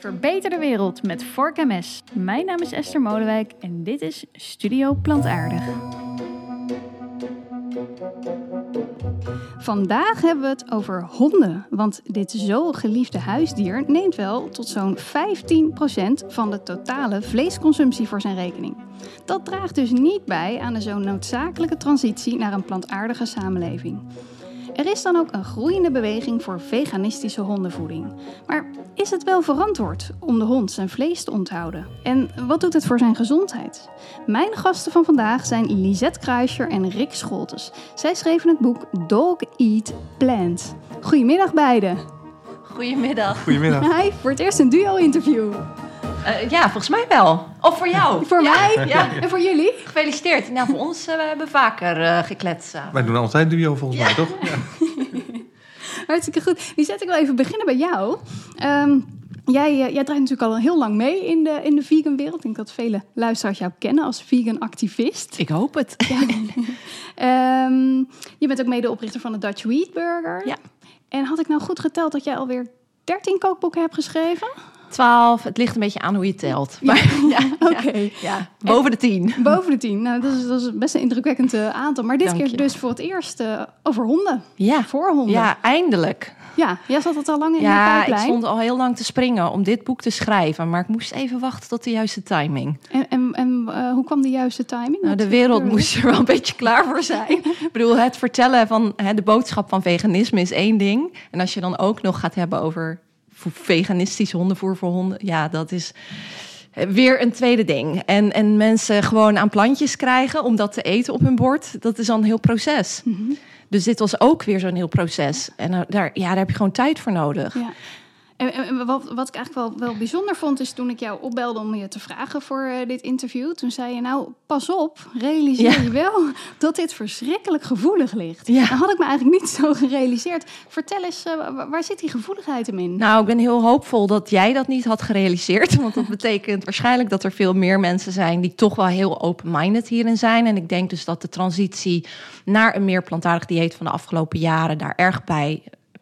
Verbeter de wereld met Vork en Mes. Mijn naam is Esther Molenwijk en dit is Studio Plantaardig. Vandaag hebben we het over honden, want dit zo geliefde huisdier neemt wel tot zo'n 15% van de totale vleesconsumptie voor zijn rekening. Dat draagt dus niet bij aan de zo noodzakelijke transitie naar een plantaardige samenleving. Er is dan ook een groeiende beweging voor veganistische hondenvoeding. Maar is het wel verantwoord om de hond zijn vlees te onthouden? En wat doet het voor zijn gezondheid? Mijn gasten van vandaag zijn Lisette Kreischer en Rick Scholtes. Zij schreven het boek Dog Eat Plant. Goedemiddag beiden. Goedemiddag. Goedemiddag. Hi, voor het eerst een duo-interview. Ja, volgens mij wel. Of voor jou. Voor mij Ja. en voor jullie. Gefeliciteerd. Nou, voor ons we hebben vaker gekletst samen. Wij doen altijd duo volgens mij, toch? Ja. Hartstikke goed. Lisette, ik wil even beginnen bij jou. Jij draait natuurlijk al heel lang mee in de vegan wereld. Ik denk dat vele luisteraars jou kennen als vegan activist. Ik hoop het. Ja. Je bent ook medeoprichter van de Dutch Wheat Burger. Ja. En had ik nou goed geteld dat jij alweer 13 kookboeken hebt geschreven? 12, het ligt een beetje aan hoe je telt. Maar, Oké. Ja, boven de 10. Boven de 10. Nou, dat is best een indrukwekkend aantal. Maar dit Dank keer je. dus voor het eerst over honden. Ja. Voor honden. Ja, eindelijk. Ja, jij zat het al lang in de Ja, ik pijplijn. stond al heel lang te springen om dit boek te schrijven. Maar ik moest even wachten tot de juiste timing. En hoe kwam de juiste timing? Nou, Wat de wereld gebeurde? moest er wel een beetje klaar voor zijn. Ik bedoel, het vertellen van de boodschap van veganisme is één ding. En als je dan ook nog gaat hebben over veganistisch hondenvoer voor honden, ja, dat is weer een tweede ding. En mensen gewoon aan plantjes krijgen om dat te eten op hun bord, dat is al een heel proces. Mhm. Dus dit was ook weer zo'n heel proces. En daar heb je gewoon tijd voor nodig. Ja. En wat ik eigenlijk wel bijzonder vond, is toen ik jou opbelde om je te vragen voor dit interview. Toen zei je, nou, pas op, realiseer je wel dat dit verschrikkelijk gevoelig ligt. Ja. Dat had ik me eigenlijk niet zo gerealiseerd. Vertel eens, waar zit die gevoeligheid hem in? Nou, ik ben heel hoopvol dat jij dat niet had gerealiseerd. Want dat betekent waarschijnlijk dat er veel meer mensen zijn die toch wel heel open-minded hierin zijn. En ik denk dus dat de transitie naar een meer plantaardig dieet van de afgelopen jaren daar erg bij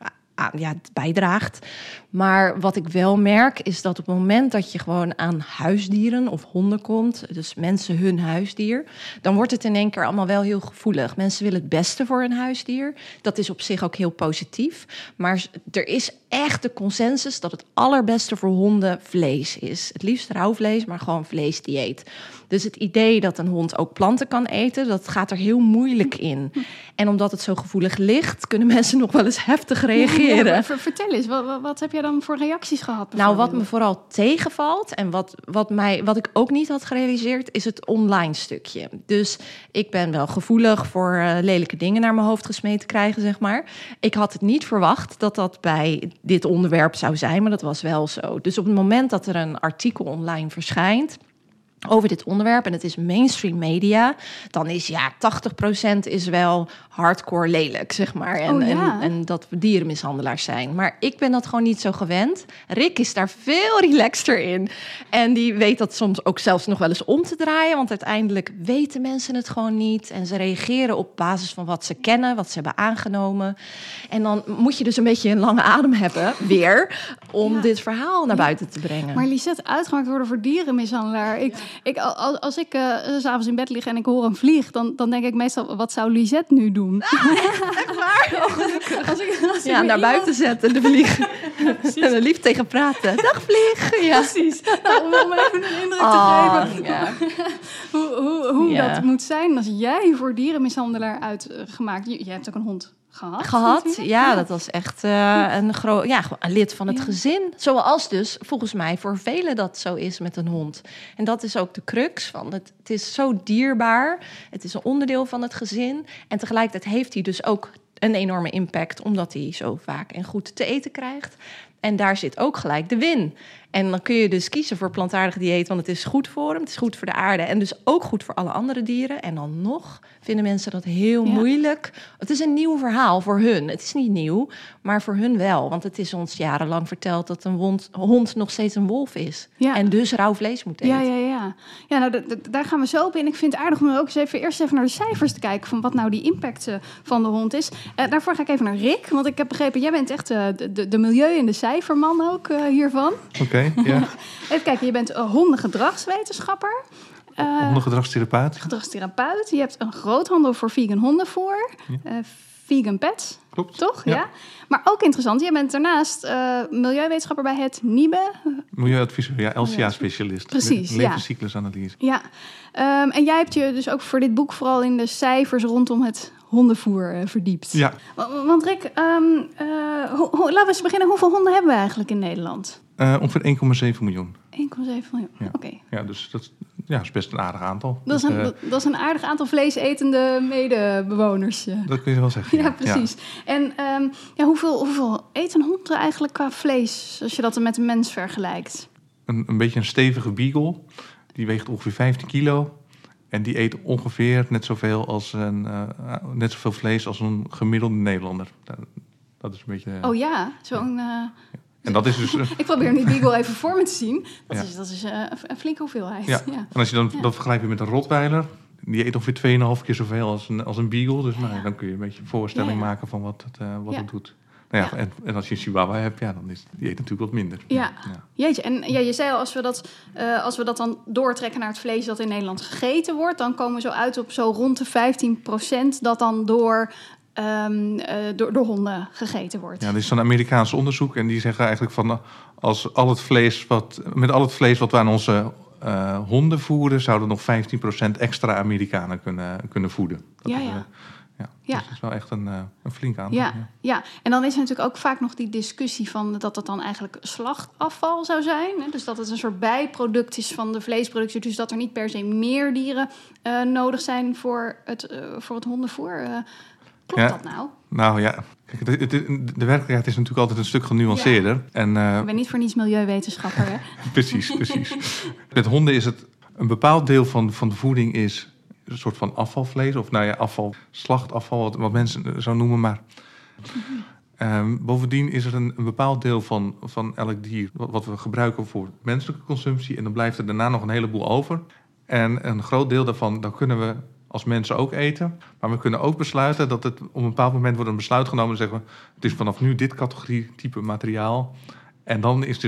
bijdraagt. Maar wat ik wel merk is dat op het moment dat je gewoon aan huisdieren of honden komt, dus mensen hun huisdier, dan wordt het in één keer allemaal wel heel gevoelig. Mensen willen het beste voor hun huisdier. Dat is op zich ook heel positief. Maar er is echt de consensus dat het allerbeste voor honden vlees is. Het liefst rauwvlees, maar gewoon vleesdieet. Dus het idee dat een hond ook planten kan eten, dat gaat er heel moeilijk in. En omdat het zo gevoelig ligt, kunnen mensen nog wel eens heftig reageren. Ja, vertel eens, wat heb jij dan voor reacties gehad? Nou, wat me vooral tegenvalt en wat ik ook niet had gerealiseerd, is het online stukje. Dus ik ben wel gevoelig voor lelijke dingen naar mijn hoofd gesmeten krijgen, zeg maar. Ik had het niet verwacht dat dat bij dit onderwerp zou zijn, maar dat was wel zo. Dus op het moment dat er een artikel online verschijnt over dit onderwerp, en het is mainstream media, dan is 80% is wel hardcore lelijk, zeg maar. En dat we dierenmishandelaars zijn. Maar ik ben dat gewoon niet zo gewend. Rick is daar veel relaxter in. En die weet dat soms ook zelfs nog wel eens om te draaien, want uiteindelijk weten mensen het gewoon niet. En ze reageren op basis van wat ze kennen, wat ze hebben aangenomen. En dan moet je dus een beetje een lange adem hebben, weer, om dit verhaal naar buiten te brengen. Maar Lisette, uitgemaakt worden voor dierenmishandelaar. Als ik 's avonds in bed lig en ik hoor een vlieg, dan denk ik meestal, wat zou Lisette nu doen? Echt waar? Als ik Naar buiten zetten, de vlieg. En er lief tegen praten. Dag vlieg! Ja. Precies. Nou, om even een indruk te geven Ja. hoe dat moet zijn als jij voor dierenmishandelaar uitgemaakt. Je hebt ook een hond gehad. Natuurlijk. Ja, dat was echt een lid van het gezin. Zoals dus volgens mij voor velen dat zo is met een hond. En dat is ook de crux van het is zo dierbaar. Het is een onderdeel van het gezin. En tegelijkertijd heeft hij dus ook een enorme impact, omdat hij zo vaak en goed te eten krijgt. En daar zit ook gelijk de win. En dan kun je dus kiezen voor plantaardig dieet, want het is goed voor hem, het is goed voor de aarde en dus ook goed voor alle andere dieren. En dan nog vinden mensen dat heel moeilijk. Het is een nieuw verhaal voor hun. Het is niet nieuw, maar voor hun wel. Want het is ons jarenlang verteld dat een hond nog steeds een wolf is. Ja. En dus rauw vlees moet eten. Ja, nou, daar gaan we zo op in. Ik vind het aardig om ook eerst even naar de cijfers te kijken van wat nou die impact van de hond is. Daarvoor ga ik even naar Rick, want ik heb begrepen, jij bent echt de milieu- en de cijferman ook hiervan. Oké. Oké, ja. Even kijken, je bent hondengedragswetenschapper. Hondengedragstherapeut. Gedragstherapeut. Je hebt een groothandel voor vegan hondenvoer. Vegan Pets. Klopt. Toch? Ja. Ja. Maar ook interessant, je bent daarnaast milieuwetenschapper bij het NIBE. Milieuadviseur, ja, LCA-specialist. Precies, ja. Levenscyclusanalyse. Ja. En jij hebt je dus ook voor dit boek vooral in de cijfers rondom het hondenvoer verdiept. Ja. Want Rick, laten we eens beginnen. Hoeveel honden hebben we eigenlijk in Nederland? Ongeveer 1,7 miljoen. 1,7 miljoen, Ja. Oké. Ja, dus dat is best een aardig aantal. Dat is een aardig aantal vleesetende medebewoners. Dat kun je wel zeggen. Ja, precies. Ja. En hoeveel eet een hond eigenlijk qua vlees, als je dat met een mens vergelijkt? Een beetje een stevige beagle. Die weegt ongeveer 15 kilo. En die eet ongeveer net zoveel vlees als een gemiddelde Nederlander. Dat is een beetje... Oh ja, zo'n... En dat is dus... Ik probeer die beagle even voor me te zien. Dat is een flinke hoeveelheid. Ja. En als je dan dat vergelijkt met een rottweiler... die eet ongeveer 2,5 keer zoveel als een beagle. Dus dan kun je een beetje een voorstelling maken van wat het doet. Nou ja, en als je een chihuahua hebt, die eet natuurlijk wat minder. Ja. Jeetje. En je zei al, als we dat dan doortrekken naar het vlees dat in Nederland gegeten wordt... dan komen we zo uit op zo rond de 15% dat dan door honden gegeten wordt. Ja, er is zo'n Amerikaans onderzoek en die zeggen eigenlijk van... met al het vlees wat we aan onze honden voeren... zouden nog 15% extra Amerikanen kunnen voeden. Dus dat is wel echt een flink aantal. Ja, en dan is er natuurlijk ook vaak nog die discussie van... dat het dan eigenlijk slachtafval zou zijn. Hè? Dus dat het een soort bijproduct is van de vleesproductie. Dus dat er niet per se meer dieren nodig zijn voor het hondenvoer. Klopt dat nou? Nou ja, kijk, de werkelijkheid is natuurlijk altijd een stuk genuanceerder. Ja. Ik ben niet voor niets milieuwetenschapper, hè? Precies. Met honden is het een bepaald deel van de voeding is een soort van afvalvlees. Of slachtafval, wat mensen zo noemen. Maar bovendien is er een bepaald deel van elk dier... wat we gebruiken voor menselijke consumptie. En dan blijft er daarna nog een heleboel over. En een groot deel daarvan, dan kunnen we... als mensen ook eten. Maar we kunnen ook besluiten dat het op een bepaald moment wordt een besluit genomen. En zeggen we, het is vanaf nu dit categorie type materiaal. En dan is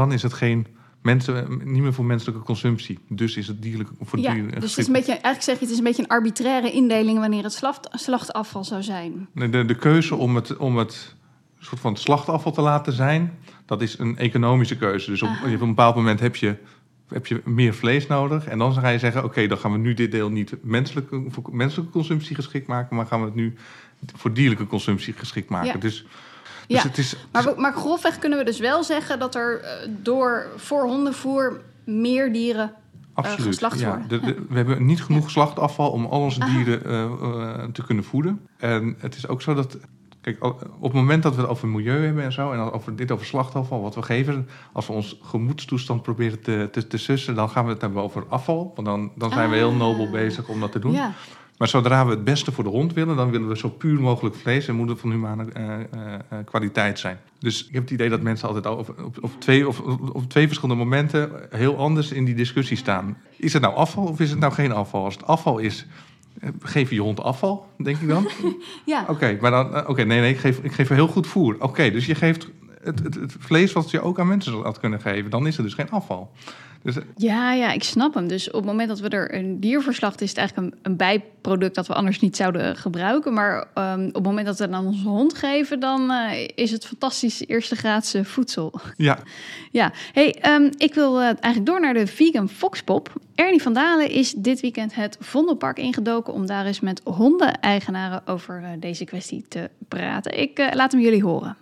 niet meer voor menselijke consumptie. Dus is het dierlijk voor dieren. Dus het is eigenlijk zeg je, het is een beetje een arbitraire indeling wanneer het slachtafval zou zijn. De keuze om het soort van slachtafval te laten zijn, dat is een economische keuze. Dus op een bepaald moment heb je meer vlees nodig. En dan ga je zeggen, oké, dan gaan we nu dit deel niet voor menselijke consumptie geschikt maken, maar gaan we het nu voor dierlijke consumptie geschikt maken. Ja. Dus het is... Maar grofweg kunnen we dus wel zeggen dat er voor hondenvoer meer dieren geslacht worden. We hebben niet genoeg slachtafval om al onze dieren te kunnen voeden. En het is ook zo dat... Kijk, op het moment dat we het over milieu hebben en zo... en over slachtafval, wat we geven... als we ons gemoedstoestand proberen te sussen... dan gaan we het hebben over afval. Want dan zijn we heel nobel bezig om dat te doen. Ja. Maar zodra we het beste voor de hond willen... dan willen we zo puur mogelijk vlees... en moet het van humane kwaliteit zijn. Dus ik heb het idee dat mensen altijd op twee verschillende momenten... heel anders in die discussie staan. Is het nou afval of is het nou geen afval? Als het afval is... Geef je hond afval, denk ik dan? Ja. Nee, ik geef heel goed voer. Oké, dus je geeft het vlees wat je ook aan mensen had kunnen geven. Dan is het dus geen afval. Dus, ja, ik snap hem. Dus op het moment dat we er een dier voor slachten... is het eigenlijk een bijproduct dat we anders niet zouden gebruiken. Maar op het moment dat we het aan onze hond geven... dan is het fantastisch eerstegraadse voedsel. Ja. Ja. Hey, ik wil eigenlijk door naar de vegan foxpop. Ernie van Dalen is dit weekend het Vondelpark ingedoken... om daar eens met hondeneigenaren over deze kwestie te praten. Ik laat hem jullie horen.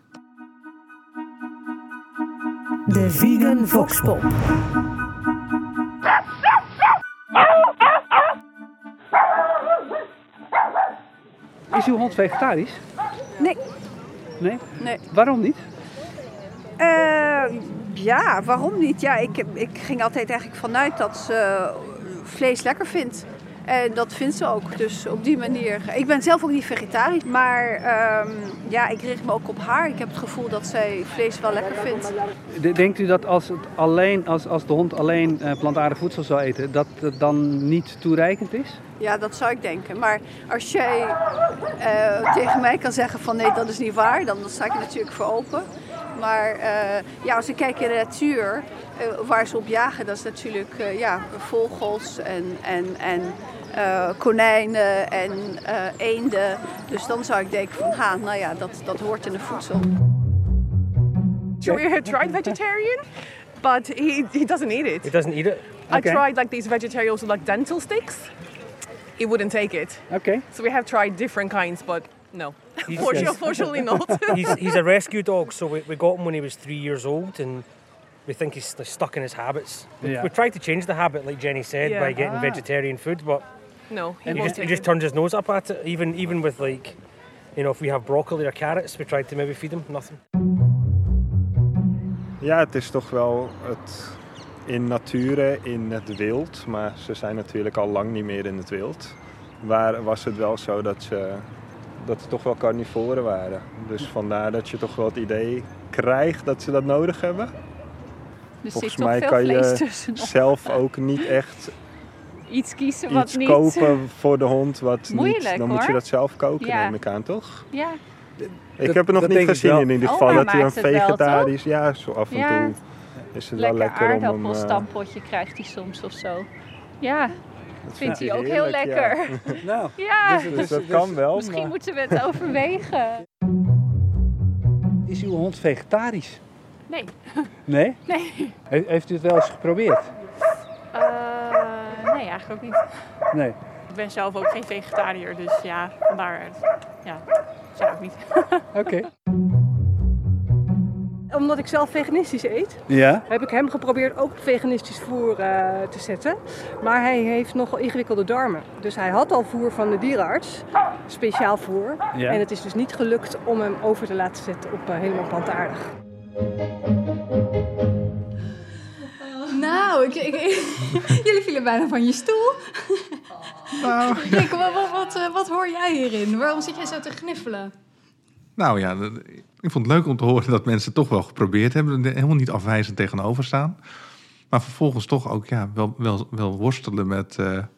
De Vegan Foxpop. Is uw hond vegetarisch? Nee. Nee? Nee. Waarom niet? Ja, waarom niet? Ja, ik ging altijd eigenlijk vanuit dat ze vlees lekker vindt. En dat vindt ze ook. Dus op die manier. Ik ben zelf ook niet vegetarisch, maar ik richt me ook op haar. Ik heb het gevoel dat zij vlees wel lekker vindt. Denkt u dat als de hond alleen plantaardig voedsel zou eten, dat het dan niet toereikend is? Ja, dat zou ik denken. Maar als jij tegen mij kan zeggen van nee, dat is niet waar, dan sta ik er natuurlijk voor open. Maar als ik kijk in de natuur, waar ze op jagen, dat is natuurlijk vogels en konijnen en eenden. Dus dan zou ik denken van, dat hoort in de voedsel. We had tried vegetarian, but he doesn't eat it. He doesn't eat it? I tried like these vegetarians with like dental sticks. He wouldn't take it. Okay. So we have tried different kinds, but no. Unfortunately not. He's a rescue dog, so we got him when he was 3 years old, and we think he's stuck in his habits. We tried to change the habit, like Jenny said, by getting vegetarian food, but no, he just turns his nose up at it. Even with like, if we have broccoli or carrots, we tried to maybe feed him, nothing. Ja, het is toch wel het in nature, in het wild, maar ze zijn natuurlijk al lang niet meer in het wild. Waar was het wel zo dat ze toch wel carnivoren waren. Dus vandaar dat je toch wel het idee krijgt dat ze dat nodig hebben. Dus volgens mij kan je zelf ook niet echt iets kiezen wat iets niet kopen voor de hond wat moeilijk, niet. Dan moet je dat zelf koken, neem ik aan, toch? Ja. Ik heb het nog niet gezien in ieder geval dat hij een vegetarisch... Wel, zo af en toe is het wel lekker om hem... aardappelstampotje krijgt hij soms of zo. Ja, dat vindt hij ook heerlijk, heel lekker. Nou, dus dat kan wel. Misschien moeten we het overwegen. Is uw hond vegetarisch? Nee. Nee? Nee. Heeft u het wel eens geprobeerd? Nee, eigenlijk ook niet. Nee. Ik ben zelf ook geen vegetariër, dus ja, vandaar, zou ik niet. Oké. Omdat ik zelf veganistisch eet, heb ik hem geprobeerd ook veganistisch voer te zetten. Maar hij heeft nogal ingewikkelde darmen. Dus hij had al voer van de dierenarts, speciaal voer. Ja. En het is dus niet gelukt om hem over te laten zetten op helemaal plantaardig. Nou, jullie vielen bijna van je stoel. Nou, Kijk, wat hoor jij hierin? Waarom zit jij zo te gniffelen? Nou ja, ik vond het leuk om te horen dat mensen het toch wel geprobeerd hebben. Er helemaal niet afwijzend tegenover staan. Maar vervolgens toch ook wel worstelen met...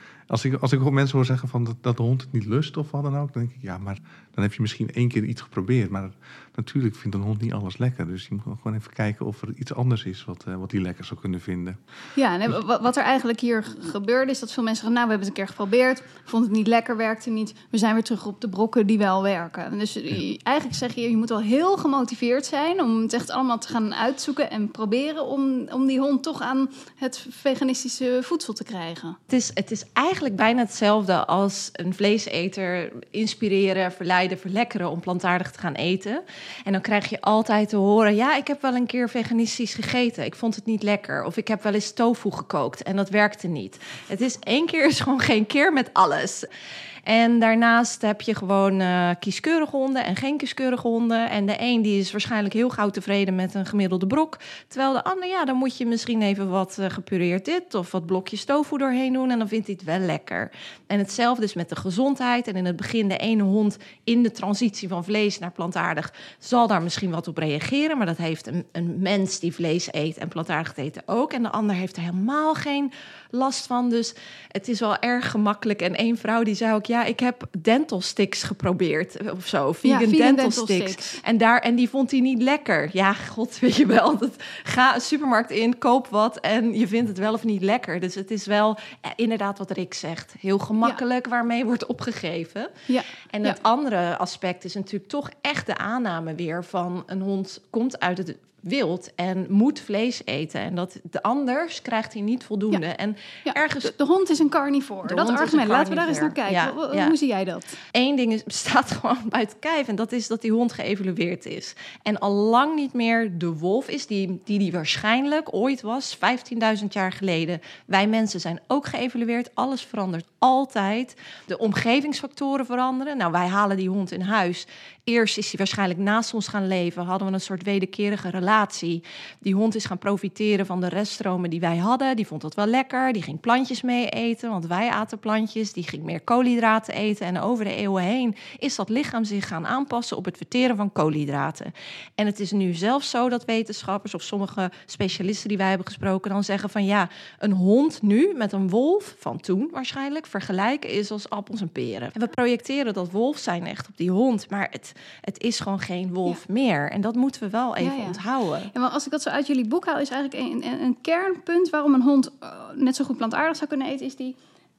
Als ik ook mensen hoor zeggen van dat de hond het niet lust of wat dan ook... dan denk ik, ja, maar dan heb je misschien 1 keer iets geprobeerd. Maar natuurlijk vindt een hond niet alles lekker. Dus je moet gewoon even kijken of er iets anders is wat hij lekker zou kunnen vinden. Ja, en wat er eigenlijk hier gebeurde is dat veel mensen zeggen... nou, we hebben het een keer geprobeerd, vonden het niet lekker, werkte niet. We zijn weer terug op de brokken die wel werken. Dus eigenlijk zeg je moet wel heel gemotiveerd zijn... om het echt allemaal te gaan uitzoeken en proberen... om die hond toch aan het veganistische voedsel te krijgen. Het is eigenlijk bijna hetzelfde als een vleeseter inspireren, verleiden, verlekkeren om plantaardig te gaan eten. En dan krijg je altijd te horen, ja, ik heb wel een keer veganistisch gegeten. Ik vond het niet lekker. Of ik heb wel eens tofu gekookt en dat werkte niet. Het is 1 keer is gewoon geen keer met alles. En daarnaast heb je gewoon kieskeurige honden en geen kieskeurige honden. En de een die is waarschijnlijk heel gauw tevreden met een gemiddelde brok. Terwijl de ander, ja, dan moet je misschien even wat gepureerd dit... of wat blokjes tofu doorheen doen en dan vindt hij het wel lekker. En hetzelfde is met de gezondheid. En in het begin de ene hond in de transitie van vlees naar plantaardig... zal daar misschien wat op reageren. Maar dat heeft een mens die vlees eet en plantaardig eten ook. En de ander heeft er helemaal geen last van. Dus het is wel erg gemakkelijk. En 1 vrouw die zei ook... ja, ik heb dental sticks geprobeerd of zo. Vegan dental sticks. En die vond hij niet lekker. Ja, god, weet je wel. Ga een supermarkt in, koop wat en je vindt het wel of niet lekker. Dus het is wel inderdaad wat Rick zegt. Heel gemakkelijk waarmee wordt opgegeven. Ja. En het andere aspect is natuurlijk toch echt de aanname weer van... een hond komt uit het wild en moet vlees eten. En dat anders krijgt hij niet voldoende. Ja. En ergens... De hond is een carnivore. Dat argument, laten we daar eens naar kijken. Hoe zie jij dat? 1 ding bestaat gewoon buiten kijf. En dat is dat die hond geëvolueerd is. En al lang niet meer de wolf is die waarschijnlijk ooit was, 15.000 jaar geleden. Wij mensen zijn ook geëvolueerd. Alles verandert altijd. De omgevingsfactoren veranderen. Nou, wij halen die hond in huis. Eerst is hij waarschijnlijk naast ons gaan leven. Hadden we een soort wederkerige relatie relatie. Die hond is gaan profiteren van de reststromen die wij hadden. Die vond dat wel lekker. Die ging plantjes mee eten, want wij aten plantjes. Die ging meer koolhydraten eten. En over de eeuwen heen is dat lichaam zich gaan aanpassen op het verteren van koolhydraten. En het is nu zelfs zo dat wetenschappers of sommige specialisten die wij hebben gesproken dan zeggen van ja, een hond nu met een wolf van toen waarschijnlijk vergelijken is als appels en peren. En we projecteren dat wolf zijn echt op die hond, maar het is gewoon geen wolf meer. En dat moeten we wel even onthouden. Ja, maar als ik dat zo uit jullie boek haal, is eigenlijk een kernpunt waarom een hond net zo goed plantaardig zou kunnen eten, is die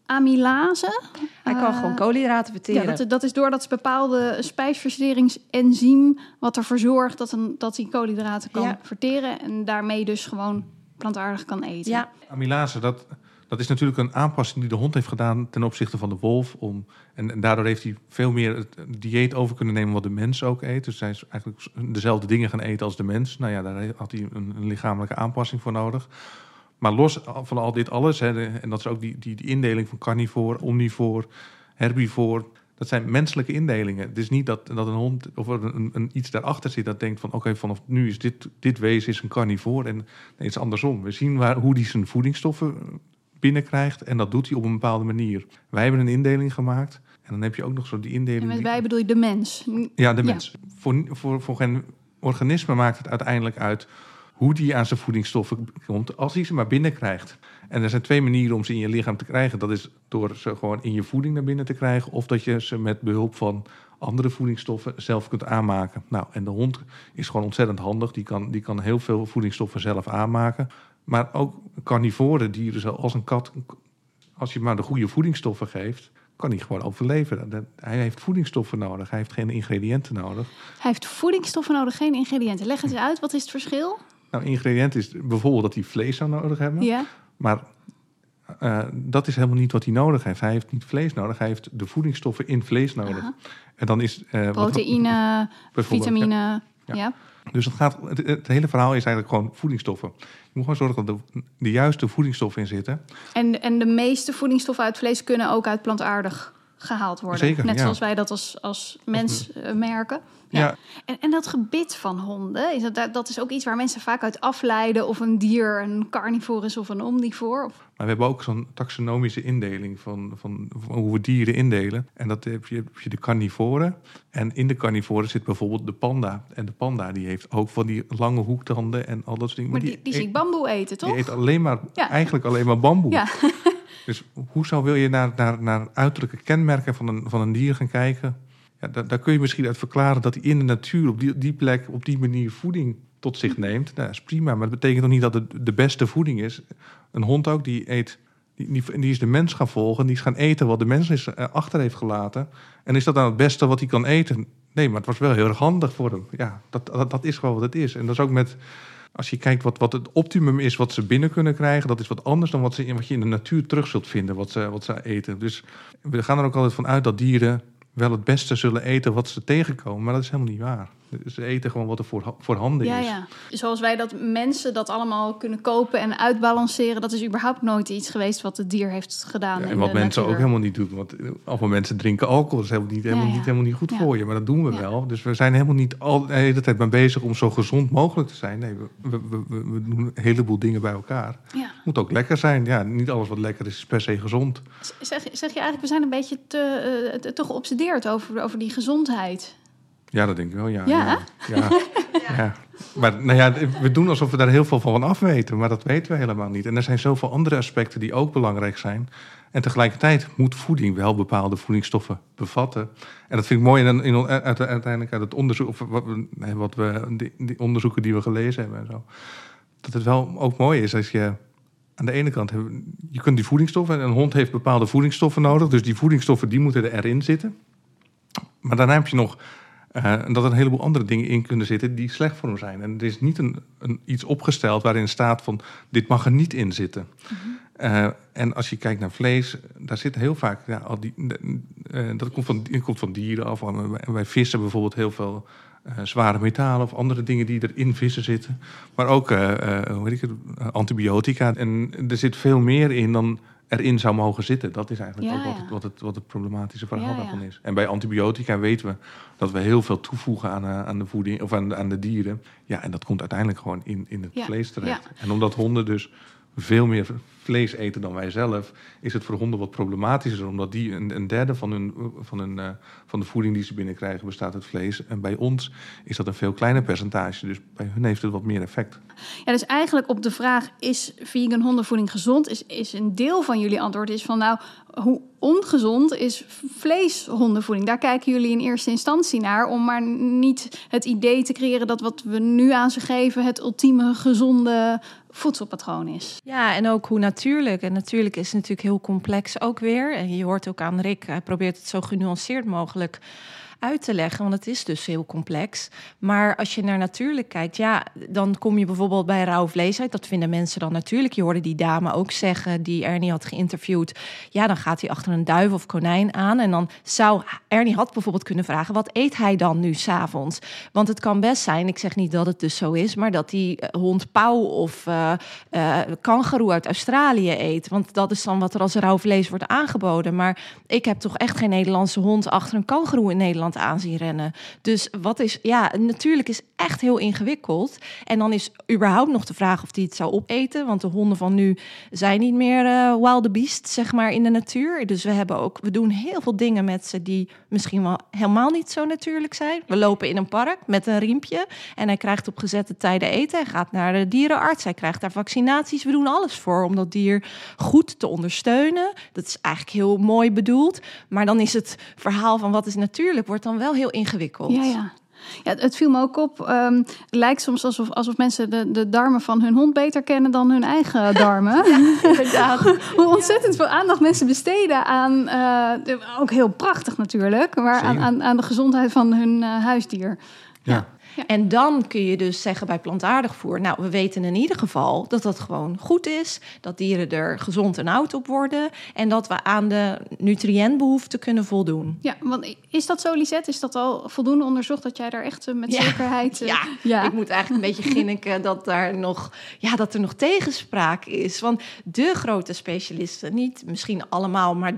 amylase. Hij kan gewoon koolhydraten verteren. Ja, dat is door dat bepaalde spijsverteringsenzym wat ervoor zorgt dat hij koolhydraten kan verteren en daarmee dus gewoon plantaardig kan eten. Ja. Amylase, dat is natuurlijk een aanpassing die de hond heeft gedaan ten opzichte van de wolf. En daardoor heeft hij veel meer het dieet over kunnen nemen wat de mens ook eet. Dus hij is eigenlijk dezelfde dingen gaan eten als de mens. Nou ja, daar had hij een lichamelijke aanpassing voor nodig. Maar los van al dit alles, en dat is ook die indeling van carnivoor, omnivoor, herbivoor. Dat zijn menselijke indelingen. Het is niet dat een hond of iets daarachter zit dat denkt van oké, vanaf nu is dit wezen is een carnivoor. En nee, het is andersom. We zien hoe die zijn voedingsstoffen binnenkrijgt en dat doet hij op een bepaalde manier. Wij hebben een indeling gemaakt en dan heb je ook nog zo die indeling. En met wij bedoel je de mens? Ja, de mens. Voor geen organisme maakt het uiteindelijk uit hoe die aan zijn voedingsstoffen komt, als hij ze maar binnenkrijgt. En er zijn 2 manieren om ze in je lichaam te krijgen. Dat is door ze gewoon in je voeding naar binnen te krijgen, of dat je ze met behulp van andere voedingsstoffen zelf kunt aanmaken. Nou, en de hond is gewoon ontzettend handig. Die kan heel veel voedingsstoffen zelf aanmaken. Maar ook carnivore dieren, zoals een kat, als je maar de goede voedingsstoffen geeft, kan hij gewoon overleven. Hij heeft voedingsstoffen nodig. Hij heeft geen ingrediënten nodig. Hij heeft voedingsstoffen nodig, geen ingrediënten. Leg het eens uit, wat is het verschil? Nou, ingrediënt is bijvoorbeeld dat hij vlees zou nodig hebben. Ja. Maar dat is helemaal niet wat hij nodig heeft. Hij heeft niet vlees nodig. Hij heeft de voedingsstoffen in vlees nodig. Aha. En dan is proteïne, vitamine. Ja. Dus het hele verhaal is eigenlijk gewoon voedingsstoffen. Je moet gewoon zorgen dat de juiste voedingsstoffen in zitten. En de meeste voedingsstoffen uit vlees kunnen ook uit plantaardig gehaald worden. Zeker, net zoals wij dat als mens merken. Ja. En dat gebit van honden, dat is ook iets waar mensen vaak uit afleiden of een dier een carnivore is of een omnivoor. Maar we hebben ook zo'n taxonomische indeling van hoe we dieren indelen. En dat heb je de carnivoren. En in de carnivoren zit bijvoorbeeld de panda. En de panda die heeft ook van die lange hoektanden en al dat soort dingen. Maar die zie ik bamboe eten, toch? Die eet eigenlijk alleen maar bamboe. Ja. Dus wil je naar uiterlijke kenmerken van een dier gaan kijken? Ja, daar kun je misschien uit verklaren dat hij in de natuur op die plek op die manier voeding tot zich neemt. Nou, dat is prima, maar dat betekent nog niet dat het de beste voeding is. Een hond ook, die is de mens gaan volgen. Die is gaan eten wat de mens achter heeft gelaten. En is dat dan het beste wat hij kan eten? Nee, maar het was wel heel erg handig voor hem. Ja, dat is gewoon wat het is. En dat is ook met, als je kijkt wat het optimum is wat ze binnen kunnen krijgen, dat is wat anders dan wat je in de natuur terug zult vinden, wat ze eten. Dus we gaan er ook altijd van uit dat dieren wel het beste zullen eten wat ze tegenkomen. Maar dat is helemaal niet waar. Ze eten gewoon wat er voorhanden is. Ja. Zoals wij dat mensen dat allemaal kunnen kopen en uitbalanceren, dat is überhaupt nooit iets geweest wat het dier heeft gedaan. Ja, en wat mensen ook helemaal niet doen. Want allemaal mensen drinken alcohol. Dat is helemaal niet goed voor je. Maar dat doen we wel. Dus we zijn helemaal niet de hele tijd mee bezig om zo gezond mogelijk te zijn. Nee, we doen een heleboel dingen bij elkaar. Ja. Het moet ook lekker zijn. Ja, niet alles wat lekker is per se gezond. Zeg je eigenlijk, we zijn een beetje te geobsedeerd over die gezondheid. Ja, dat denk ik wel, ja. Maar we doen alsof we daar heel veel van af weten, maar dat weten we helemaal niet. En er zijn zoveel andere aspecten die ook belangrijk zijn. En tegelijkertijd moet voeding wel bepaalde voedingsstoffen bevatten. En dat vind ik mooi uiteindelijk uit het onderzoek, of die onderzoeken die we gelezen hebben en zo. Dat het wel ook mooi is als je aan de ene kant je kunt die voedingsstoffen, en een hond heeft bepaalde voedingsstoffen nodig, dus die voedingsstoffen die moeten erin zitten. Maar daarna heb je nog dat er een heleboel andere dingen in kunnen zitten die slecht voor hem zijn. En er is niet iets opgesteld waarin staat van dit mag er niet in zitten. Mm-hmm. En als je kijkt naar vlees, daar zit heel vaak dat komt van dieren af. Bij vissen bijvoorbeeld heel veel zware metalen of andere dingen die er in vissen zitten. Maar ook antibiotica. En er zit veel meer in dan erin zou mogen zitten. Dat is eigenlijk ook wat het problematische verhaal daarvan is. En bij antibiotica weten we dat we heel veel toevoegen aan de voeding of aan de dieren. Ja, en dat komt uiteindelijk gewoon in het vlees terecht. Ja. En omdat honden dus veel meer vlees eten dan wij zelf, is het voor honden wat problematischer, omdat die een derde van de voeding die ze binnenkrijgen bestaat uit vlees. En bij ons is dat een veel kleiner percentage, dus bij hun heeft het wat meer effect. Ja, dus eigenlijk op de vraag, is vegan hondenvoeding gezond? Is een deel van jullie antwoord is van, nou, hoe ongezond is vleeshondenvoeding? Daar kijken jullie in eerste instantie naar, om maar niet het idee te creëren dat wat we nu aan ze geven het ultieme gezonde voedselpatroon is. Ja, en ook hoe natuurlijk. En natuurlijk is het natuurlijk heel complex ook weer. En je hoort ook aan Rick, hij probeert het zo genuanceerd mogelijk uit te leggen, want het is dus heel complex. Maar als je naar natuurlijk kijkt, ja, dan kom je bijvoorbeeld bij rauw vlees uit. Dat vinden mensen dan natuurlijk. Je hoorde die dame ook zeggen, die Ernie had geïnterviewd. Ja, dan gaat hij achter een duif of konijn aan. En dan zou Ernie had bijvoorbeeld kunnen vragen, wat eet hij dan nu 's avonds? Want het kan best zijn, ik zeg niet dat het dus zo is, maar dat die hond pauw of kangoeroe uit Australië eet. Want dat is dan wat er als rauw vlees wordt aangeboden. Maar ik heb toch echt geen Nederlandse hond achter een kangoeroe in Nederland aan zien rennen. Dus wat is, ja, natuurlijk is echt heel ingewikkeld. En dan is überhaupt nog de vraag of die het zou opeten. Want de honden van nu zijn niet meer wild beast, zeg maar, in de natuur. Dus we doen heel veel dingen met ze die misschien wel helemaal niet zo natuurlijk zijn. We lopen in een park met een riempje en hij krijgt op gezette tijden eten. Hij gaat naar de dierenarts, hij krijgt daar vaccinaties. We doen alles voor om dat dier goed te ondersteunen. Dat is eigenlijk heel mooi bedoeld. Maar dan is het verhaal van wat is natuurlijk, wordt dan wel heel ingewikkeld. Ja. Ja, het viel me ook op. Het lijkt soms alsof mensen de darmen van hun hond beter kennen dan hun eigen darmen. Inderdaad. Hoe ontzettend veel aandacht mensen besteden aan, ook heel prachtig natuurlijk, maar aan de gezondheid van hun huisdier. Ja. Ja. En dan kun je dus zeggen bij plantaardig voer, nou, we weten in ieder geval dat dat gewoon goed is, dat dieren er gezond en oud op worden en dat we aan de nutriëntbehoeften kunnen voldoen. Ja, want is dat zo, Lisette? Is dat al voldoende onderzocht dat jij daar echt met zekerheid... Ja, ik moet eigenlijk een beetje ginniken dat er nog tegenspraak is. Want de grote specialisten, niet misschien allemaal, maar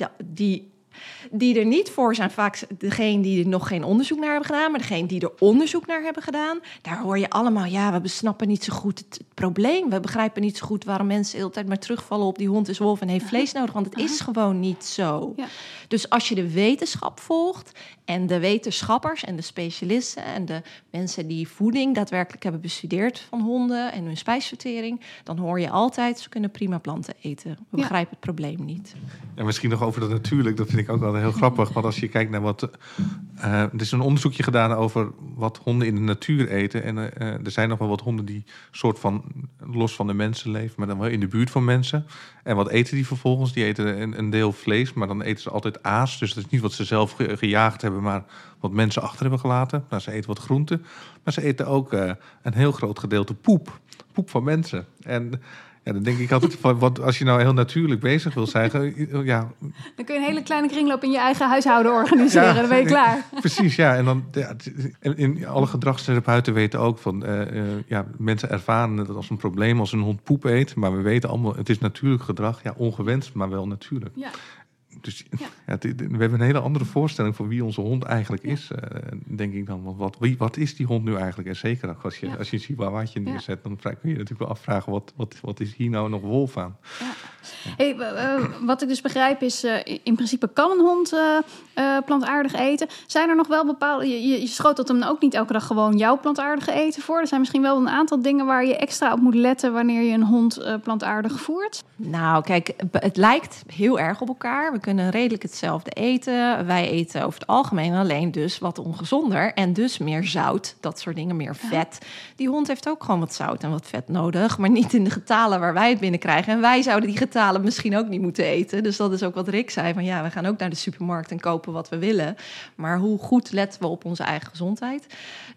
die er niet voor zijn, vaak degene die er nog geen onderzoek naar hebben gedaan, maar degene die er onderzoek naar hebben gedaan, daar hoor je allemaal, we snappen niet zo goed het probleem. We begrijpen niet zo goed waarom mensen de hele tijd maar terugvallen op die hond is wolf en heeft vlees nodig, want het is gewoon niet zo. Ja. Dus als je de wetenschap volgt en de wetenschappers en de specialisten en de mensen die voeding daadwerkelijk hebben bestudeerd van honden en hun spijsvertering, dan hoor je altijd, ze kunnen prima planten eten. We begrijpen het probleem niet. Ja, misschien nog over dat natuurlijk, dat vind ik ook wel heel grappig. Want als je kijkt naar wat... er is een onderzoekje gedaan over wat honden in de natuur eten. En er zijn nog wel wat honden die soort van los van de mensen leven, maar dan wel in de buurt van mensen. En wat eten die vervolgens? Die eten een deel vlees, maar dan eten ze altijd aas. Dus dat is niet wat ze zelf gejaagd hebben, maar wat mensen achter hebben gelaten. Nou, ze eten wat groenten, maar ze eten ook een heel groot gedeelte poep. Poep van mensen. En ja, dan denk ik altijd van, wat als je nou heel natuurlijk bezig wil zijn, ja. Dan kun je een hele kleine kringloop in je eigen huishouden organiseren, dan ben je klaar. Precies, ja. En dan in alle gedragstherapeuten weten ook van, mensen ervaren het als een probleem als een hond poep eet, maar we weten allemaal, het is natuurlijk gedrag, ja, ongewenst, maar wel natuurlijk. Ja. Dus we hebben een hele andere voorstelling van wie onze hond eigenlijk is, denk ik dan. Want wat is die hond nu eigenlijk? En zeker als je ziet waar je neerzet, dan kun je natuurlijk wel afvragen, wat is hier nou nog wolf aan? Ja. Hey, wat ik dus begrijp is, in principe kan een hond plantaardig eten. Zijn er nog wel bepaalde... Je schotelt hem ook niet elke dag gewoon jouw plantaardige eten voor. Er zijn misschien wel een aantal dingen waar je extra op moet letten wanneer je een hond plantaardig voert. Nou, kijk, het lijkt heel erg op elkaar. We kunnen redelijk hetzelfde eten. Wij eten over het algemeen alleen dus wat ongezonder. En dus meer zout, dat soort dingen, meer vet. Die hond heeft ook gewoon wat zout en wat vet nodig. Maar niet in de getalen waar wij het binnenkrijgen. En wij zouden die getalen misschien ook niet moeten eten. Dus dat is ook wat Rick zei. Van we gaan ook naar de supermarkt en kopen wat we willen. Maar hoe goed letten we op onze eigen gezondheid?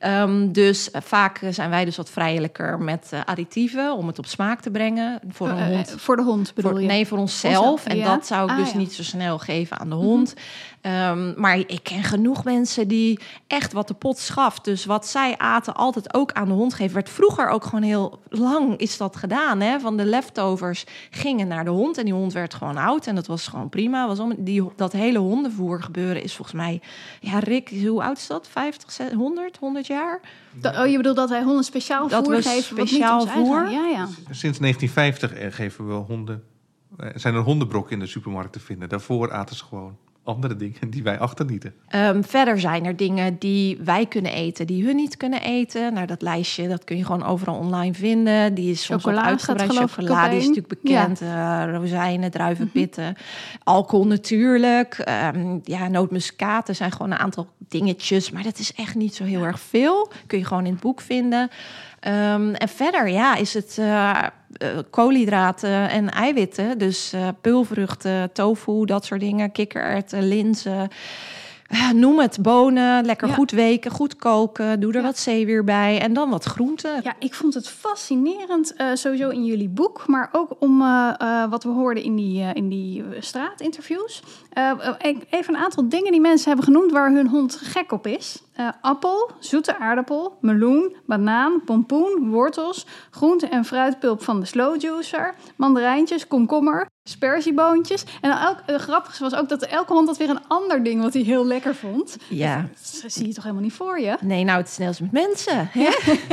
Dus vaak zijn wij dus wat vrijelijker met additieven om het op smaak te brengen. Voor een hond. Voor de hond bedoel je? Nee, voor onszelf. En dat zou ik dus niet zo snel geven aan de hond. Maar ik ken genoeg mensen die echt wat de pot schaft. Dus wat zij aten altijd ook aan de hond geven. Werd vroeger ook gewoon heel lang is dat gedaan. Hè? Van de leftovers gingen naar de hond. En die hond werd gewoon oud en dat was gewoon prima. Dat hele hondenvoer gebeuren is volgens mij... Ja, Rick, hoe oud is dat? 50, 100 jaar? Je bedoelt dat wij honden speciaal voer geven? Speciaal voer? Ja. Sinds 1950 geven we honden... zijn er hondenbrokken in de supermarkt te vinden. Daarvoor aten ze gewoon andere dingen die wij achterlieten. Verder zijn er dingen die wij kunnen eten, die hun niet kunnen eten. Nou, dat lijstje, dat kun je gewoon overal online vinden. Die is soms wat uitgebreid. Chocola, die is natuurlijk bekend. Rozijnen, druivenpitten. Alcohol natuurlijk. Nootmuskaten zijn gewoon een aantal dingetjes. Maar dat is echt niet zo heel erg veel. Kun je gewoon in het boek vinden. En verder, is het koolhydraten en eiwitten. Dus peulvruchten, tofu, dat soort dingen. Kikkererwten, linzen. Noem het, bonen, lekker goed weken, goed koken. Doe er wat zeewier bij en dan wat groenten. Ja, ik vond het fascinerend, sowieso in jullie boek. Maar ook om wat we hoorden in die straatinterviews. Even een aantal dingen die mensen hebben genoemd waar hun hond gek op is. Appel, zoete aardappel, meloen, banaan, pompoen, wortels, groente- en fruitpulp van de slow juicer, mandarijntjes, komkommer, sperzieboontjes. En het grappigste was ook dat elke hond had weer een ander ding wat hij heel lekker vond. Ja. Dat zie je toch helemaal niet voor je? Nee, nou, het is net als met mensen. Ja?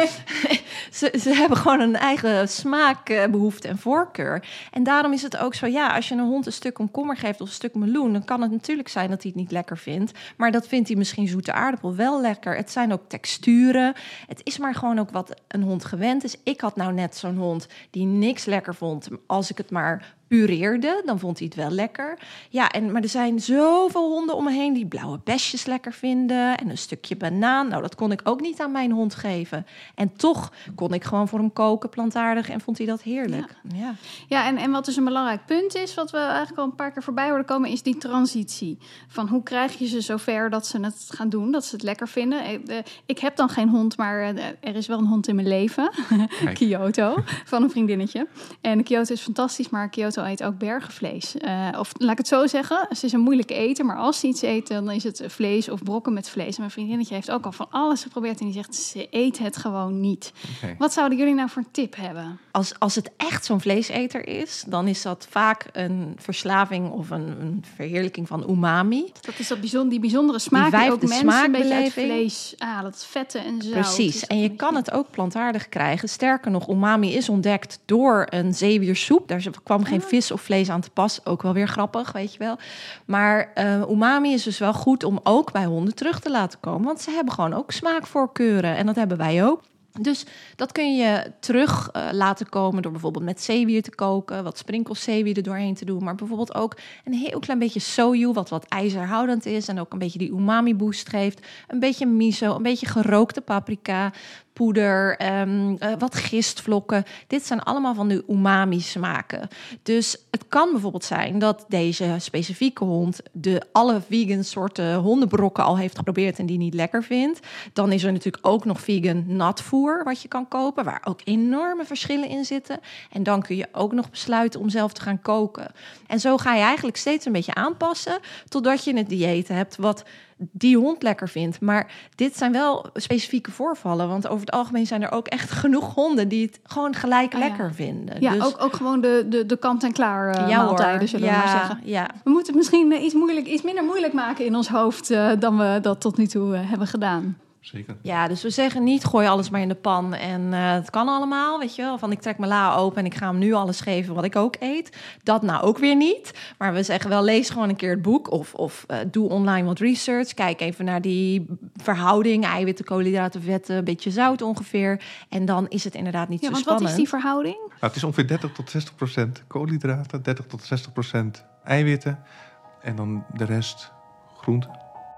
Ze hebben gewoon een eigen smaakbehoefte en voorkeur. En daarom is het ook zo, als je een hond een stuk komkommer geeft of een stuk meloen, dan kan het natuurlijk zijn dat hij het niet lekker vindt. Maar dat vindt hij misschien zoete aardappel wel lekker. Het zijn ook texturen. Het is maar gewoon ook wat een hond gewend is. Ik had nou net zo'n hond die niks lekker vond. Als ik het maar pureerde, dan vond hij het wel lekker. Maar er zijn zoveel honden om me heen die blauwe besjes lekker vinden en een stukje banaan. Nou, dat kon ik ook niet aan mijn hond geven. En toch kon ik gewoon voor hem koken, plantaardig, en vond hij dat heerlijk. En wat dus een belangrijk punt is, wat we eigenlijk al een paar keer voorbij hoorden komen, is die transitie. Van hoe krijg je ze zover dat ze het gaan doen, dat ze het lekker vinden. Ik heb dan geen hond, maar er is wel een hond in mijn leven. Kyoto, van een vriendinnetje. En Kyoto is fantastisch, maar Kyoto eet ook bergenvlees. Of laat ik het zo zeggen, ze is een moeilijke eter, maar als ze iets eet, dan is het vlees of brokken met vlees. En mijn vriendinnetje heeft ook al van alles geprobeerd en die zegt, ze eet het gewoon niet. Okay. Wat zouden jullie nou voor een tip hebben? Als het echt zo'n vleeseter is, dan is dat vaak een verslaving of een verheerlijking van umami. Dat is die bijzondere smaak die ook mensen een beetje uit vlees dat vetten en zout. Precies, en je kan het ook plantaardig krijgen. Sterker nog, umami is ontdekt door een zeewiersoep. Daar kwam geen vis of vlees aan te pas. Ook wel weer grappig, weet je wel. Maar umami is dus wel goed om ook bij honden terug te laten komen. Want ze hebben gewoon ook smaakvoorkeuren. En dat hebben wij ook. Dus dat kun je terug laten komen door bijvoorbeeld met zeewier te koken, wat sprinkels zeewier er doorheen te doen, maar bijvoorbeeld ook een heel klein beetje soju, wat ijzerhoudend is en ook een beetje die umami boost geeft, een beetje miso, een beetje gerookte paprika, poeder, wat gistvlokken. Dit zijn allemaal van de umami smaken. Dus het kan bijvoorbeeld zijn dat deze specifieke hond alle vegan soorten hondenbrokken al heeft geprobeerd en die niet lekker vindt. Dan is er natuurlijk ook nog vegan natvoer wat je kan kopen, waar ook enorme verschillen in zitten. En dan kun je ook nog besluiten om zelf te gaan koken. En zo ga je eigenlijk steeds een beetje aanpassen totdat je het dieet hebt wat die hond lekker vindt. Maar dit zijn wel specifieke voorvallen. Want over het algemeen zijn er ook echt genoeg honden die het gewoon gelijk lekker vinden. Ja, dus ook gewoon de kant-en-klaar maaltijden, zullen we maar zeggen. Ja. We moeten het misschien iets minder moeilijk maken in ons hoofd dan we dat tot nu toe hebben gedaan. Zeker. Ja, dus we zeggen niet gooi alles maar in de pan en het kan allemaal, weet je wel. Van ik trek mijn la open en ik ga hem nu alles geven wat ik ook eet. Dat nou ook weer niet. Maar we zeggen wel, lees gewoon een keer het boek of doe online wat research. Kijk even naar die verhouding, eiwitten, koolhydraten, vetten, een beetje zout ongeveer. En dan is het inderdaad niet zo spannend. Wat is die verhouding? Nou, het is ongeveer 30-60% koolhydraten, 30-60% eiwitten en dan de rest groenten.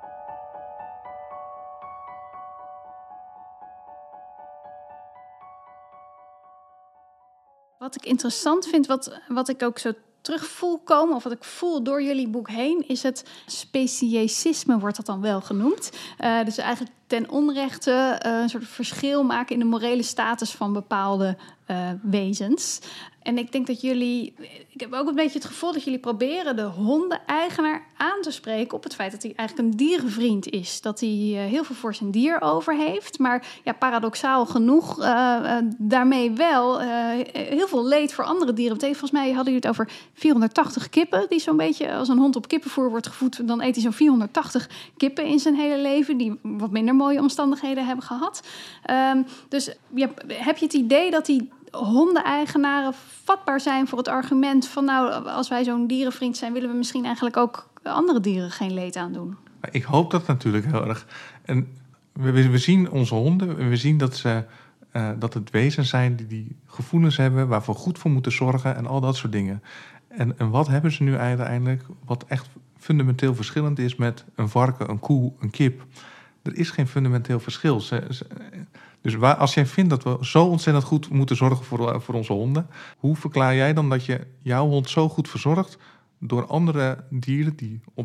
Wat ik interessant vind, wat ik ook zo terug voel komen, of wat ik voel door jullie boek heen, is het speciesisme, wordt dat dan wel genoemd. Dus eigenlijk ten onrechte een soort verschil maken in de morele status van bepaalde wezens. En ik denk dat ik heb ook een beetje het gevoel dat jullie proberen de hondeneigenaar aan te spreken op het feit dat hij eigenlijk een dierenvriend is. Dat hij heel veel voor zijn dier over heeft. Maar ja, paradoxaal genoeg daarmee wel heel veel leed voor andere dieren. Volgens mij hadden jullie het over 480 kippen. Die zo'n beetje, als een hond op kippenvoer wordt gevoed, dan eet hij zo'n 480 kippen in zijn hele leven. Die wat minder mooie omstandigheden hebben gehad. Dus heb je het idee dat die hondeneigenaren vatbaar zijn voor het argument van als wij zo'n dierenvriend zijn, willen we misschien eigenlijk ook andere dieren geen leed aandoen? Ik hoop dat natuurlijk heel erg. En we zien onze honden en we zien dat het wezens zijn die gevoelens hebben, waarvoor goed voor moeten zorgen en al dat soort dingen. En wat hebben ze nu uiteindelijk wat echt fundamenteel verschillend is met een varken, een koe, een kip? Er is geen fundamenteel verschil. Dus als jij vindt dat we zo ontzettend goed moeten zorgen voor onze honden, hoe verklaar jij dan dat je jouw hond zo goed verzorgt door andere dieren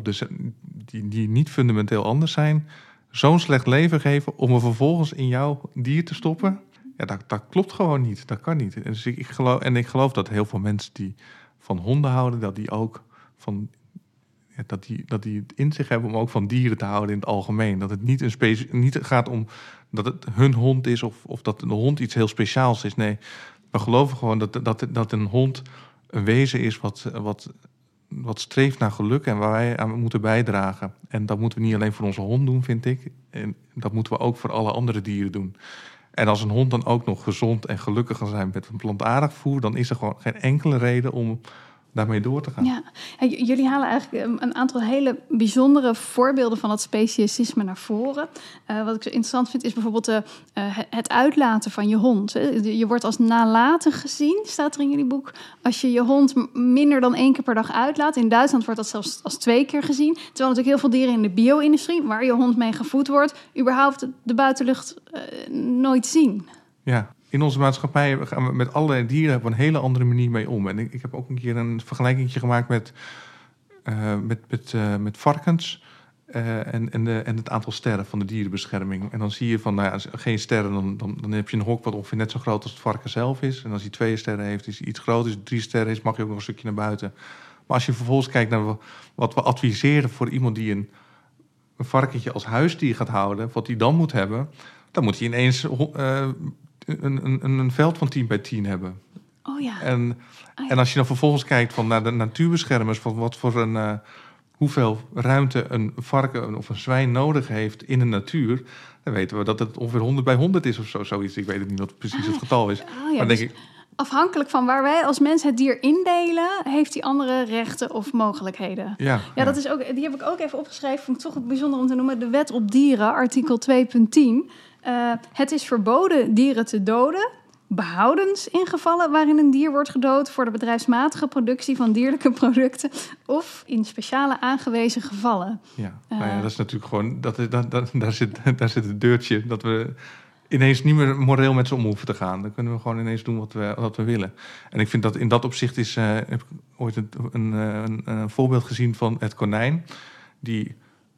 die niet fundamenteel anders zijn, zo'n slecht leven geven om er vervolgens in jouw dier te stoppen? Ja, dat klopt gewoon niet. Dat kan niet. Dus ik geloof dat heel veel mensen die van honden houden, dat die ook van dat die het in zich hebben om ook van dieren te houden in het algemeen. Dat het niet gaat om dat het hun hond is of dat de hond iets heel speciaals is. Nee, we geloven gewoon dat een hond een wezen is wat streeft naar geluk en waar wij aan moeten bijdragen. En dat moeten we niet alleen voor onze hond doen, vind ik. En dat moeten we ook voor alle andere dieren doen. En als een hond dan ook nog gezond en gelukkig kan zijn met een plantaardig voer, dan is er gewoon geen enkele reden om daarmee door te gaan. Ja, jullie halen eigenlijk een aantal hele bijzondere voorbeelden van dat speciesisme naar voren. Wat ik zo interessant vind is bijvoorbeeld het uitlaten van je hond. Je wordt als nalatig gezien, staat er in jullie boek, als je je hond minder dan 1 keer per dag uitlaat. In Duitsland wordt dat zelfs als 2 keer gezien. Terwijl natuurlijk heel veel dieren in de bio-industrie, waar je hond mee gevoed wordt, überhaupt de buitenlucht nooit zien. Ja. In onze maatschappij gaan we met allerlei dieren op een hele andere manier mee om. En ik heb ook een keer een vergelijkingje gemaakt met varkens en het aantal sterren van de dierenbescherming. En dan zie je van, geen sterren, dan heb je een hok wat ongeveer net zo groot als het varken zelf is. En als hij 2 sterren heeft, is hij iets groter. Als hij 3 sterren is, mag je ook nog een stukje naar buiten. Maar als je vervolgens kijkt naar wat we adviseren voor iemand die een varkentje als huisdier gaat houden, wat hij dan moet hebben, dan moet hij ineens een veld van 10 bij 10 hebben. Oh ja. En als je dan vervolgens kijkt naar de natuurbeschermers, van hoeveel ruimte een varken of een zwijn nodig heeft in de natuur, dan weten we dat het ongeveer 100 bij 100 is of zoiets. Ik weet het niet wat precies het getal is. Ja, maar dus denk ik, afhankelijk van waar wij als mens het dier indelen, heeft hij andere rechten of mogelijkheden. Ja, dat is ook, die heb ik ook even opgeschreven. Vond ik toch bijzonder om te noemen. De Wet op Dieren, artikel 2.10. Het is verboden dieren te doden, behoudens in gevallen waarin een dier wordt gedood voor de bedrijfsmatige productie van dierlijke producten of in speciale aangewezen gevallen. Ja, dat is natuurlijk gewoon, daar zit het deurtje dat we ineens niet meer moreel met ze om hoeven te gaan. Dan kunnen we gewoon ineens doen wat we willen. En ik vind dat in dat opzicht heb ik ooit een voorbeeld gezien van het konijn, die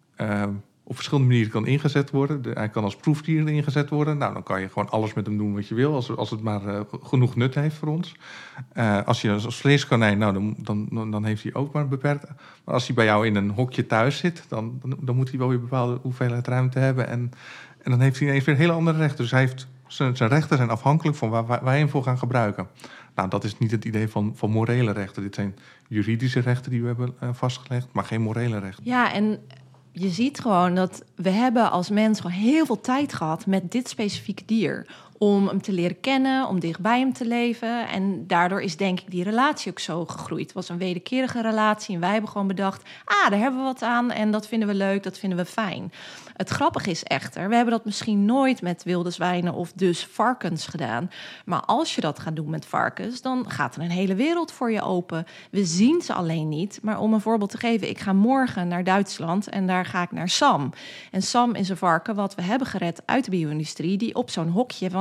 op verschillende manieren kan ingezet worden. Hij kan als proefdier ingezet worden. Nou, dan kan je gewoon alles met hem doen wat je wil, als het maar genoeg nut heeft voor ons. Als je als vleeskonijn, dan heeft hij ook maar beperkt. Maar als hij bij jou in een hokje thuis zit, dan moet hij wel weer een bepaalde hoeveelheid ruimte hebben. En dan heeft hij ineens weer hele andere rechten. Dus hij heeft, zijn rechten zijn afhankelijk van waar wij hem voor gaan gebruiken. Nou, dat is niet het idee van morele rechten. Dit zijn juridische rechten die we hebben vastgelegd, maar geen morele rechten. Ja, en je ziet gewoon dat we hebben als mens gewoon heel veel tijd gehad met dit specifieke dier. Om hem te leren kennen, om dichtbij hem te leven. En daardoor is denk ik die relatie ook zo gegroeid. Het was een wederkerige relatie en wij hebben gewoon bedacht, daar hebben we wat aan en dat vinden we leuk, dat vinden we fijn. Het grappige is echter, we hebben dat misschien nooit met wilde zwijnen of dus varkens gedaan. Maar als je dat gaat doen met varkens, dan gaat er een hele wereld voor je open. We zien ze alleen niet. Maar om een voorbeeld te geven, ik ga morgen naar Duitsland en daar ga ik naar Sam. En Sam is een varken wat we hebben gered uit de bio-industrie, die op zo'n hokje van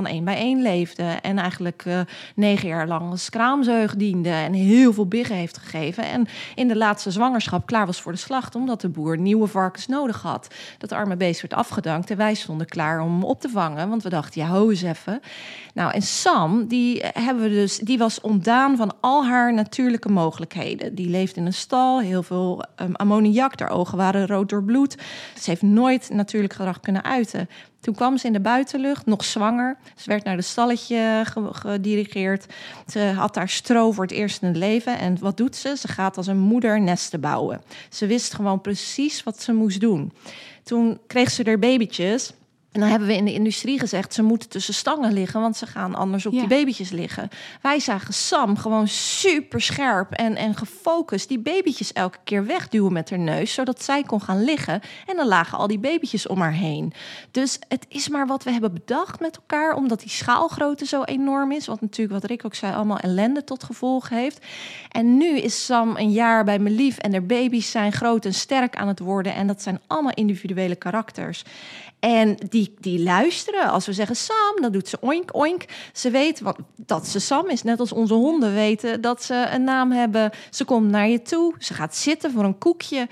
man 1-bij-1 leefde. En eigenlijk 9 jaar lang als kraamzeug diende. En heel veel biggen heeft gegeven. En in de laatste zwangerschap klaar was voor de slacht. Omdat de boer nieuwe varkens nodig had. Dat arme beest werd afgedankt. En wij stonden klaar om hem op te vangen. Want we dachten, ja, ho eens even. Nou, en Sam, die was ontdaan van al haar natuurlijke mogelijkheden. Die leefde in een stal, heel veel ammoniak. Haar ogen waren rood door bloed. Ze heeft nooit natuurlijk gedrag kunnen uiten. Toen kwam ze in de buitenlucht, nog zwanger. Ze werd naar de stalletje gedirigeerd. Ze had daar stro voor het eerst in het leven. En wat doet ze? Ze gaat als een moeder nesten bouwen. Ze wist gewoon precies wat ze moest doen. Toen kreeg ze er babytjes. En dan hebben we in de industrie gezegd, ze moeten tussen stangen liggen, want ze gaan anders op die babytjes liggen. Wij zagen Sam gewoon super scherp en gefocust die babytjes elke keer wegduwen met haar neus, zodat zij kon gaan liggen. En dan lagen al die babytjes om haar heen. Dus het is maar wat we hebben bedacht met elkaar, omdat die schaalgrootte zo enorm is. Wat natuurlijk, wat Rick ook zei, allemaal ellende tot gevolg heeft. En nu is Sam een jaar bij me lief en haar baby's zijn groot en sterk aan het worden. En dat zijn allemaal individuele karakters. En die luisteren. Als we zeggen Sam, dan doet ze oink, oink. Ze weet dat ze Sam is. Net als onze honden weten dat ze een naam hebben. Ze komt naar je toe. Ze gaat zitten voor een koekje.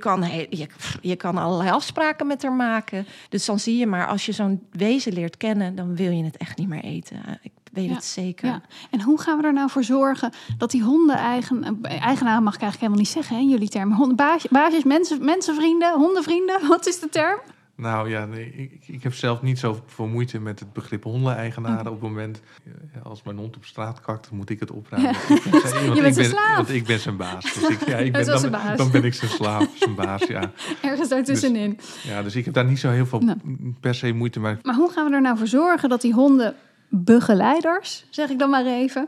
Je kan allerlei afspraken met haar maken. Dus dan zie je maar, als je zo'n wezen leert kennen, dan wil je het echt niet meer eten. Ik weet het zeker. Ja. En hoe gaan we er nou voor zorgen dat die eigenaar mag ik eigenlijk helemaal niet zeggen, hè, in jullie termen. Baasjes, mensenvrienden, hondenvrienden. Wat is de term? Nou ja, nee, ik heb zelf niet zoveel moeite met het begrip hondeneigenaren. Op het moment, als mijn hond op straat kakt, dan moet ik het opruimen. Je bent zijn slaaf. Want ik ben zijn baas. Dus dan ben ik zijn slaaf, zijn baas, ja. Ergens daartussenin. Dus ik heb daar niet zo heel veel per se moeite mee. Maar hoe gaan we er nou voor zorgen dat die hondenbegeleiders, zeg ik dan maar even,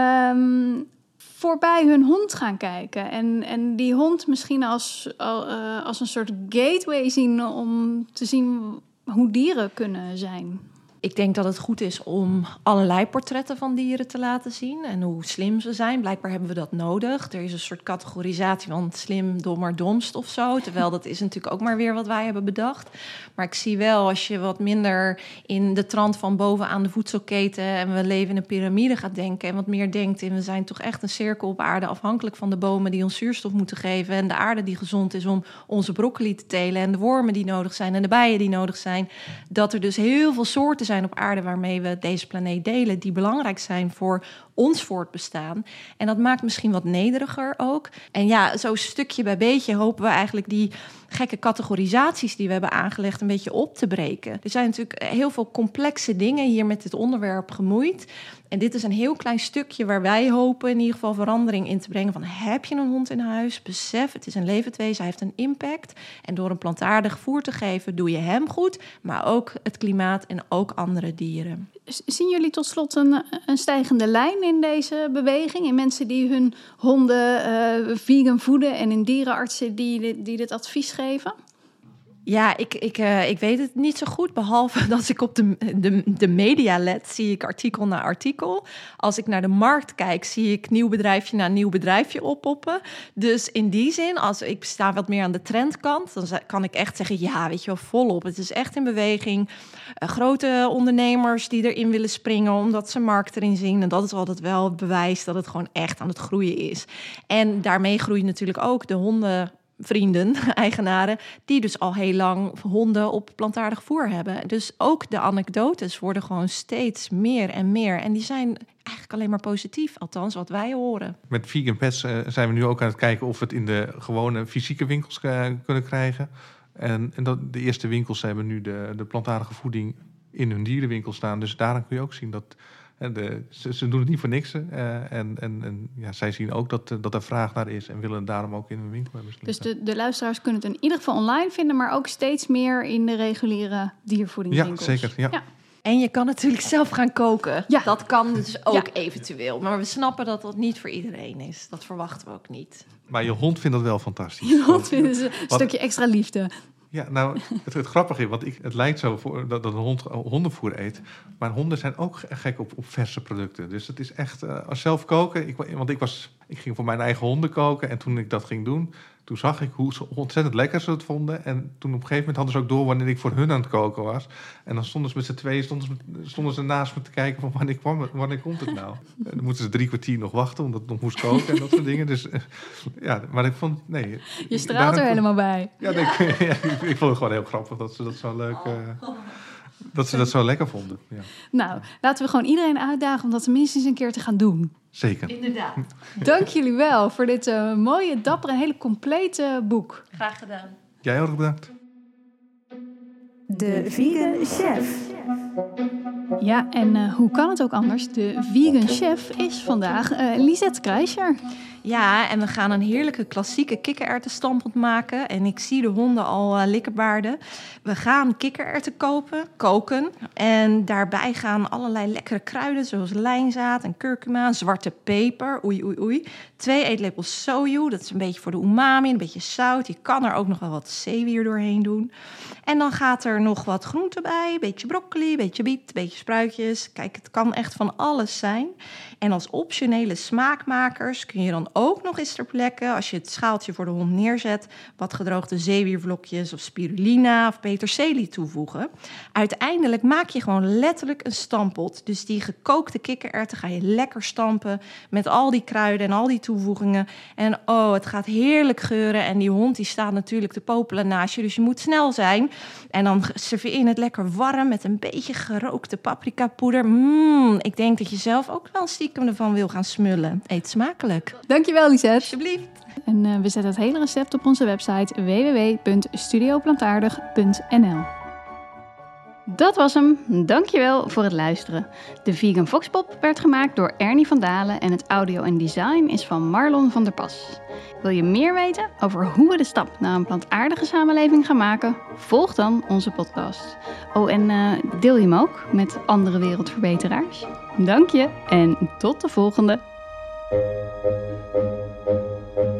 voorbij hun hond gaan kijken. En die hond misschien als een soort gateway zien om te zien hoe dieren kunnen zijn. Ik denk dat het goed is om allerlei portretten van dieren te laten zien en hoe slim ze zijn. Blijkbaar hebben we dat nodig. Er is een soort categorisatie van slim, dommer, domst of zo. Terwijl dat is natuurlijk ook maar weer wat wij hebben bedacht. Maar ik zie wel, als je wat minder in de trant van bovenaan de voedselketen en we leven in een piramide gaat denken en wat meer denkt in we zijn toch echt een cirkel op aarde afhankelijk van de bomen die ons zuurstof moeten geven en de aarde die gezond is om onze broccoli te telen en de wormen die nodig zijn en de bijen die nodig zijn. Dat er dus heel veel soorten zijn op aarde waarmee we deze planeet delen, die belangrijk zijn voor ons voortbestaan. En dat maakt misschien wat nederiger ook. En ja, zo stukje bij beetje hopen we eigenlijk die gekke categorisaties die we hebben aangelegd een beetje op te breken. Er zijn natuurlijk heel veel complexe dingen hier met dit onderwerp gemoeid. En dit is een heel klein stukje waar wij hopen in ieder geval verandering in te brengen. Van heb je een hond in huis? Besef, het is een levend wezen, hij heeft een impact. En door een plantaardig voer te geven doe je hem goed, maar ook het klimaat en ook andere dieren. Zien jullie tot slot een stijgende lijn in deze beweging? In mensen die hun honden vegan voeden en in dierenartsen die dit advies geven? Ja, ik weet het niet zo goed, behalve dat ik op de media let, zie ik artikel na artikel. Als ik naar de markt kijk, zie ik nieuw bedrijfje na nieuw bedrijfje oppoppen. Dus in die zin, als ik sta wat meer aan de trendkant, dan kan ik echt zeggen, ja, weet je wel, volop. Het is echt in beweging. Grote ondernemers die erin willen springen omdat ze markt erin zien. En dat is altijd wel het bewijs dat het gewoon echt aan het groeien is. En daarmee groeit natuurlijk ook de hondenvrienden, eigenaren, die dus al heel lang honden op plantaardig voer hebben. Dus ook de anekdotes worden gewoon steeds meer en meer. En die zijn eigenlijk alleen maar positief, althans wat wij horen. Met Vegan Pets zijn we nu ook aan het kijken of we het in de gewone fysieke winkels kunnen krijgen. En de eerste winkels hebben nu de plantaardige voeding in hun dierenwinkel staan. Dus daaraan kun je ook zien dat ze doen het niet voor niks. Zij zien ook dat er vraag naar is en willen het daarom ook in hun winkel hebben. Dus de luisteraars kunnen het in ieder geval online vinden, maar ook steeds meer in de reguliere diervoedingswinkels. Ja, zeker. Ja. En je kan natuurlijk zelf gaan koken. Ja. Dat kan dus ook eventueel. Maar we snappen dat dat niet voor iedereen is. Dat verwachten we ook niet. Maar je hond vindt dat wel fantastisch. Je hond vindt een stukje extra liefde. Ja, nou, het grappige is, want het lijkt zo voor dat een hond hondenvoer eet. Maar honden zijn ook gek op verse producten. Dus het is echt, als zelf koken. Ik ging voor mijn eigen honden koken. En toen ik dat ging doen, toen zag ik hoe ontzettend lekker ze het vonden. En toen op een gegeven moment hadden ze ook door wanneer ik voor hun aan het koken was. En dan stonden ze met z'n tweeën stonden ze naast me te kijken van wanneer komt het nou? En dan moeten ze 3 kwartier nog wachten omdat het nog moest koken en dat soort dingen. Dus maar ik vond, nee. Je straalt er helemaal bij. Ja, ik vond het gewoon heel grappig dat ze dat zo leuk... dat ze dat zo lekker vonden. Ja. Nou, laten we gewoon iedereen uitdagen om dat minstens een keer te gaan doen. Zeker. Inderdaad. Dank jullie wel voor dit mooie, dappere en hele complete boek. Graag gedaan. Jij heel erg bedankt. De Vegan Chef. Ja, en hoe kan het ook anders? De Vegan Chef is vandaag Lisette Kreischer. Ja, en we gaan een heerlijke klassieke kikkererwtenstampot maken. En ik zie de honden al likkerbaarden. We gaan kikkererwten koken. En daarbij gaan allerlei lekkere kruiden, zoals lijnzaad en kurkuma, zwarte peper, oei. 2 eetlepels soju, dat is een beetje voor de umami, een beetje zout. Je kan er ook nog wel wat zeewier doorheen doen. En dan gaat er nog wat groente bij, een beetje broccoli, een beetje biet, een beetje spruitjes. Kijk, het kan echt van alles zijn. En als optionele smaakmakers kun je dan ook nog eens ter plekke, als je het schaaltje voor de hond neerzet, wat gedroogde zeewiervlokjes of spirulina of peterselie toevoegen. Uiteindelijk maak je gewoon letterlijk een stampot. Dus die gekookte kikkererwten ga je lekker stampen met al die kruiden en al die toevoegingen. En het gaat heerlijk geuren. En die hond die staat natuurlijk te popelen naast je, dus je moet snel zijn. En dan serveer je het lekker warm met een beetje gerookte paprikapoeder. Ik denk dat je zelf ook wel stiekem ervan wil gaan smullen. Eet smakelijk. Dankjewel, Lisette. Alsjeblieft. En we zetten het hele recept op onze website www.studioplantaardig.nl. Dat was hem. Dankjewel voor het luisteren. De Vegan Voxpop werd gemaakt door Ernie van Dalen en het audio en design is van Marlon van der Pas. Wil je meer weten over hoe we de stap naar een plantaardige samenleving gaan maken? Volg dan onze podcast. En deel je hem ook met andere wereldverbeteraars. Dank je en tot de volgende.